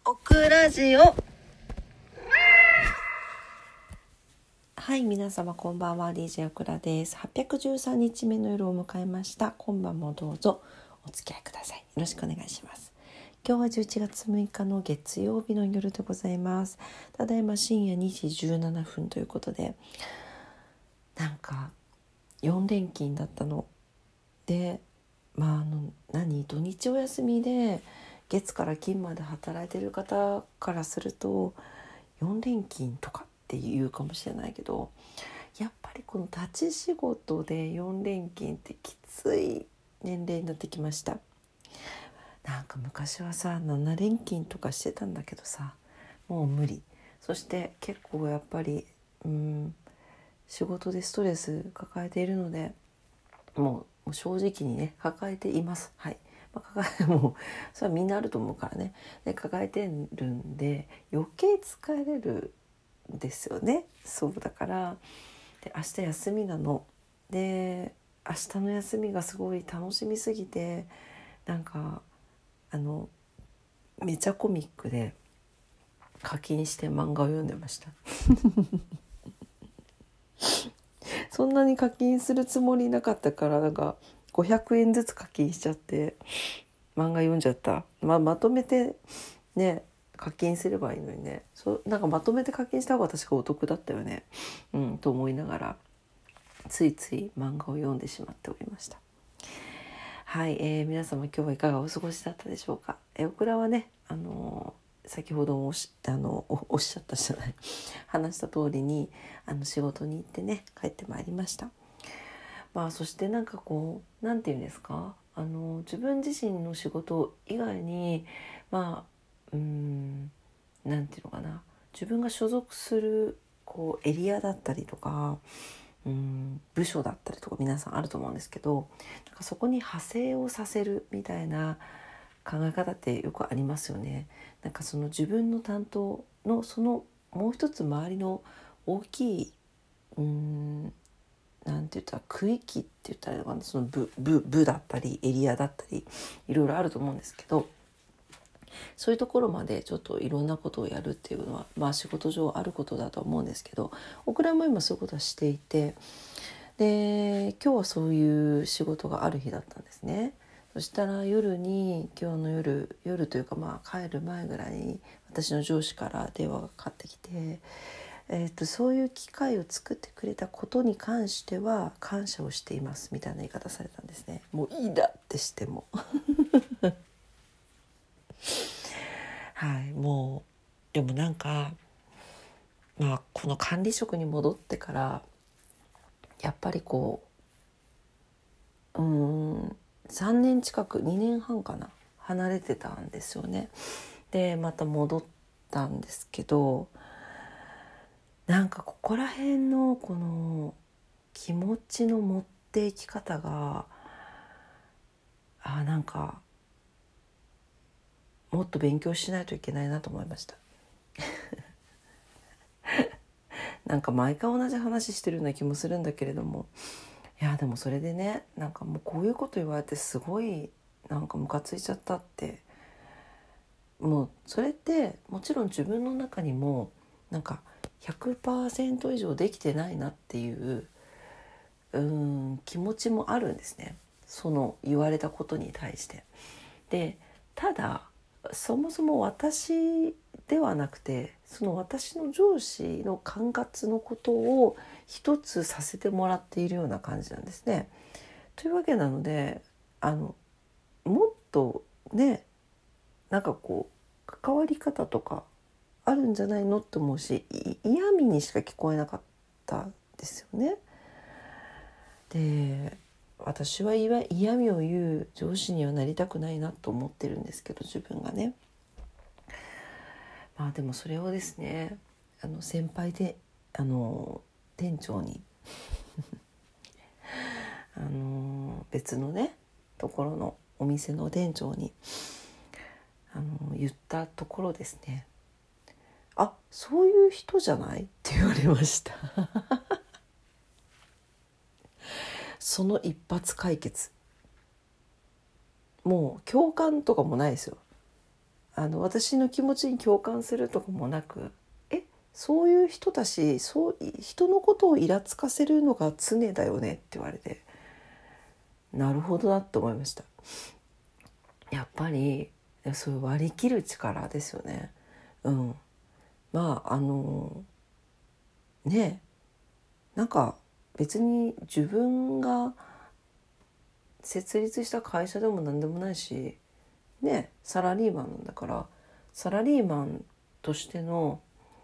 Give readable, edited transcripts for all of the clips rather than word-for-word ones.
オクラジオ。はい、皆様こんばんは。 DJ オクラです。813日目の夜を迎えました。今晩もどうぞお付き合いください。よろしくお願いします。今日は11月6日の月曜日の夜でございます。ただいま深夜2時17分ということで、なんか4連勤だったので、土日お休みで月から金まで働いてる方からすると4連勤とかって言うかもしれないけど、やっぱりこの立ち仕事で4連勤ってきつい年齢になってきました。なんか昔はさ7連勤とかしてたんだけどさ、もう無理。そして結構やっぱり仕事でストレス抱えているので、もう正直にね抱えています。はい、もうそれはみんなあると思うからね。で抱えてるんで余計疲れるんですよね。そうだからで明日休みなので、明日の休みがすごい楽しみすぎて、なんかめちゃコミックで課金して漫画を読んでましたそんなに課金するつもりなかったから、なんか500円ずつ課金しちゃって漫画読んじゃった。まとめてね課金すればいいのにね。なんかまとめて課金した方が確かお得だったよね、と思いながらついつい漫画を読んでしまっておりました。はい、皆様今日はいかがお過ごしだったでしょうか。オクラはね先ほどもおっしゃったじゃない話した通りに仕事に行ってね帰ってまいりました。そしてなんかこうなんていうんですか、自分自身の仕事以外になんていうのかな、自分が所属するこうエリアだったりとか部署だったりとか皆さんあると思うんですけど、なんかそこに派生をさせるみたいな考え方ってよくありますよね。なんかその自分の担当のそのもう一つ周りの大きいなんて言ったら区域って言ったらいいのかな、その部だったりエリアだったりいろいろあると思うんですけど、そういうところまでちょっといろんなことをやるっていうのは、仕事上あることだと思うんですけど、オクラも今そういうことはしていて、で今日はそういう仕事がある日だったんですね。そしたら今日の夜というか帰る前ぐらいに私の上司から電話がかかってきて、そういう機会を作ってくれたことに関しては感謝をしていますみたいな言い方されたんですね。もういいだってしてもはい、もうでもなんかこの管理職に戻ってからやっぱりこう3年近く2年半かな離れてたんですよね。でまた戻ったんですけど、なんかここら辺のこの気持ちの持っていき方がなんかもっと勉強しないといけないなと思いましたなんか毎回同じ話してるような気もするんだけれども、いやでもそれでね、なんかもうこういうこと言われてすごいなんかムカついちゃったって、もうそれってもちろん自分の中にもなんか 100% 以上できてないなっていう気持ちもあるんですね、その言われたことに対して。でただそもそも私ではなくて、その私の上司の管轄のことを一つさせてもらっているような感じなんですね。というわけなのでもっとねなんかこう関わり方とかあるんじゃないのって思うし、嫌味にしか聞こえなかったんですよね。で私は嫌味を言う上司にはなりたくないなと思ってるんですけど、自分がね。でもそれをですね先輩で店長に別のねところのお店の店長に言ったところですね、そういう人じゃないって言われましたその一発解決、もう共感とかもないですよ。 私の気持ちに共感するとかもなく、そういう人だし、人のことをイラつかせるのが常だよねって言われて、なるほどなって思いました。やっぱりそういう割り切る力ですよね。まあね、なんか別に自分が設立した会社でも何でもないしね、サラリーマンなんだから、サラリーマンとしての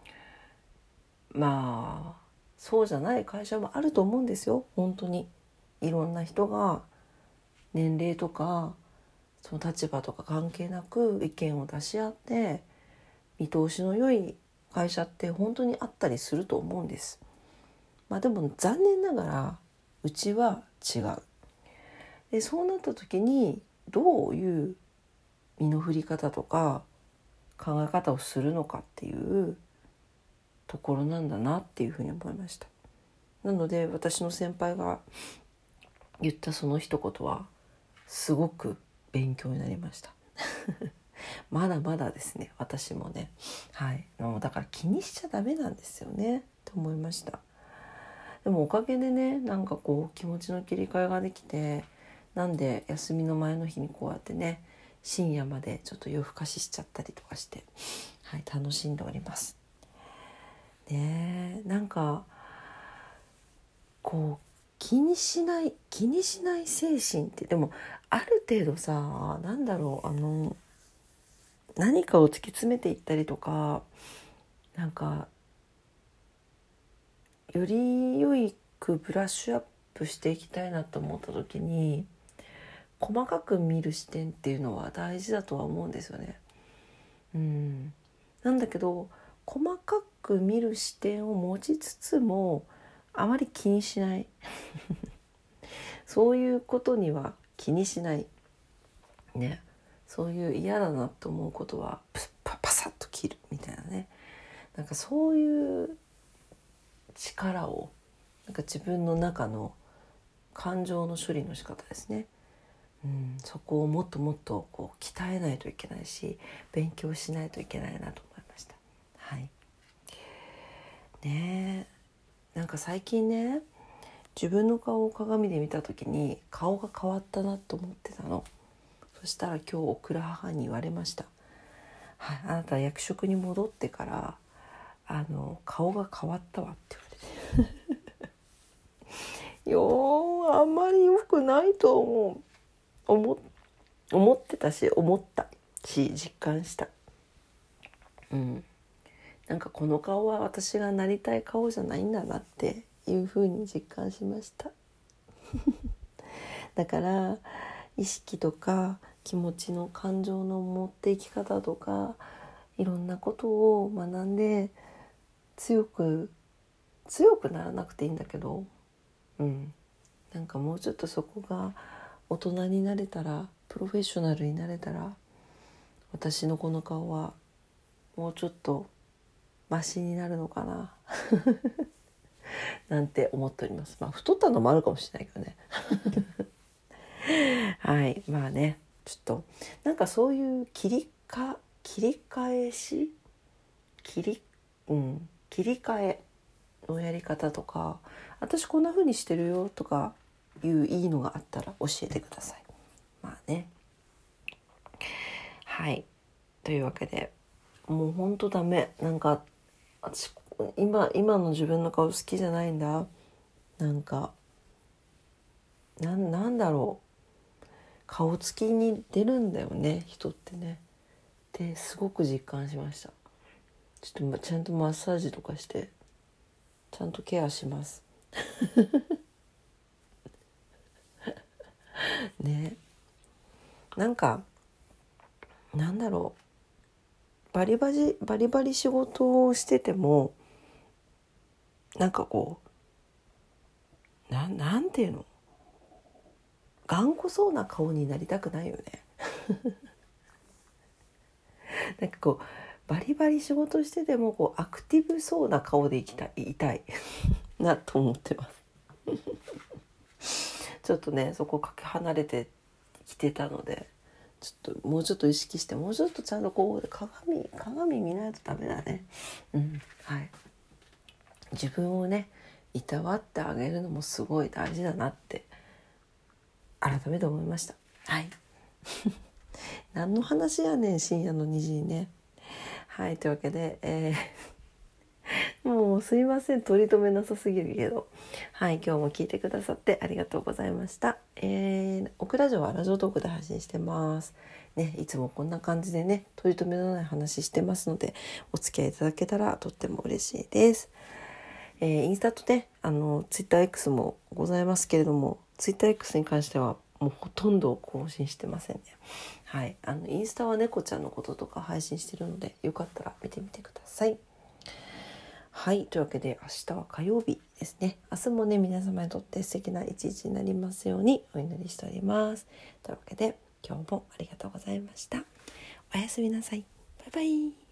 まあそうじゃない会社もあると思うんですよ。本当にいろんな人が年齢とかその立場とか関係なく意見を出し合って見通しの良い会社って本当にあったりすると思うんです。でも残念ながらうちは違う。でそうなった時にどういう身の振り方とか考え方をするのかっていうところなんだなっていうふうに思いました。なので私の先輩が言ったその一言はすごく勉強になりましたまだまだですね、私もね。だから気にしちゃダメなんですよねと思いました。でもおかげでね、なんかこう気持ちの切り替えができて、なんで休みの前の日にこうやってね深夜までちょっと夜更かししちゃったりとかして、楽しんでおりますね。なんかこう気にしない精神って、でもある程度さ、なんだろう、何かを突き詰めていったりとか、なんかより良くブラッシュアップしていきたいなと思った時に、細かく見る視点っていうのは大事だとは思うんですよね。なんだけど細かく見る視点を持ちつつもあまり気にしないそういうことには気にしないね。そういう嫌だなと思うことはパサッと切るみたいなね。なんかそういう力を、なんか自分の中の感情の処理の仕方ですね。そこをもっともっとこう鍛えないといけないし、勉強しないといけないなと思いました。ねえ、なんか最近ね、自分の顔を鏡で見た時に顔が変わったなと思ってたの。そしたら今日オクラ母に言われました。あなた役職に戻ってから顔が変わったわって言われてあんまり良くないと思ってたし、思ったし実感した。なんかこの顔は私がなりたい顔じゃないんだなっていうふうに実感しましただから意識とか気持ちの感情の持っていき方とかいろんなことを学んで強くならなくていいんだけど、なんかもうちょっとそこが大人になれたら、プロフェッショナルになれたら、私のこの顔はもうちょっとマシになるのかななんて思っております。太ったのもあるかもしれないけどねちょっとなんかそういう切り替えのやり方とか、私こんな風にしてるよとかいういいのがあったら教えてください。というわけで、もうほんとダメ。なんか私今の自分の顔好きじゃないんだ。なんかなんだろう、顔つきに出るんだよね、人ってね。ですごく実感しました。ちょっとちゃんとマッサージとかしてちゃんとケアしますね。なんかなんだろう、バリバリ仕事をしててもなんかこうなんていうの、頑固そうな顔になりたくないよねなんかこうバリバリ仕事しててもこうアクティブそうな顔でいたいなと思ってますちょっとねそこかけ離れてきてたので、 ちょっともうちょっと意識して、もうちょっとちゃんとこう鏡見ないとダメだね。はい。自分をねいたわってあげるのもすごい大事だなって改めて思いました。はい。何の話やねん深夜の2時にね。はい、というわけで、もうすいません、取り留めなさすぎるけど、はい、今日も聞いてくださってありがとうございました。オクラジオはラジオトークで配信してますね。いつもこんな感じでね、取り留めのない話してますので、お付き合いいただけたらとっても嬉しいです。インスタとね、ツイッター X もございますけれども、ツイッター X に関してはもうほとんど更新してませんね。はい、インスタは猫ちゃんのこととか配信してるので、よかったら見てみてください。はい、というわけで明日は火曜日ですね。明日もね皆様にとって素敵な一日になりますようにお祈りしております。というわけで今日もありがとうございました。おやすみなさい。バイバイ。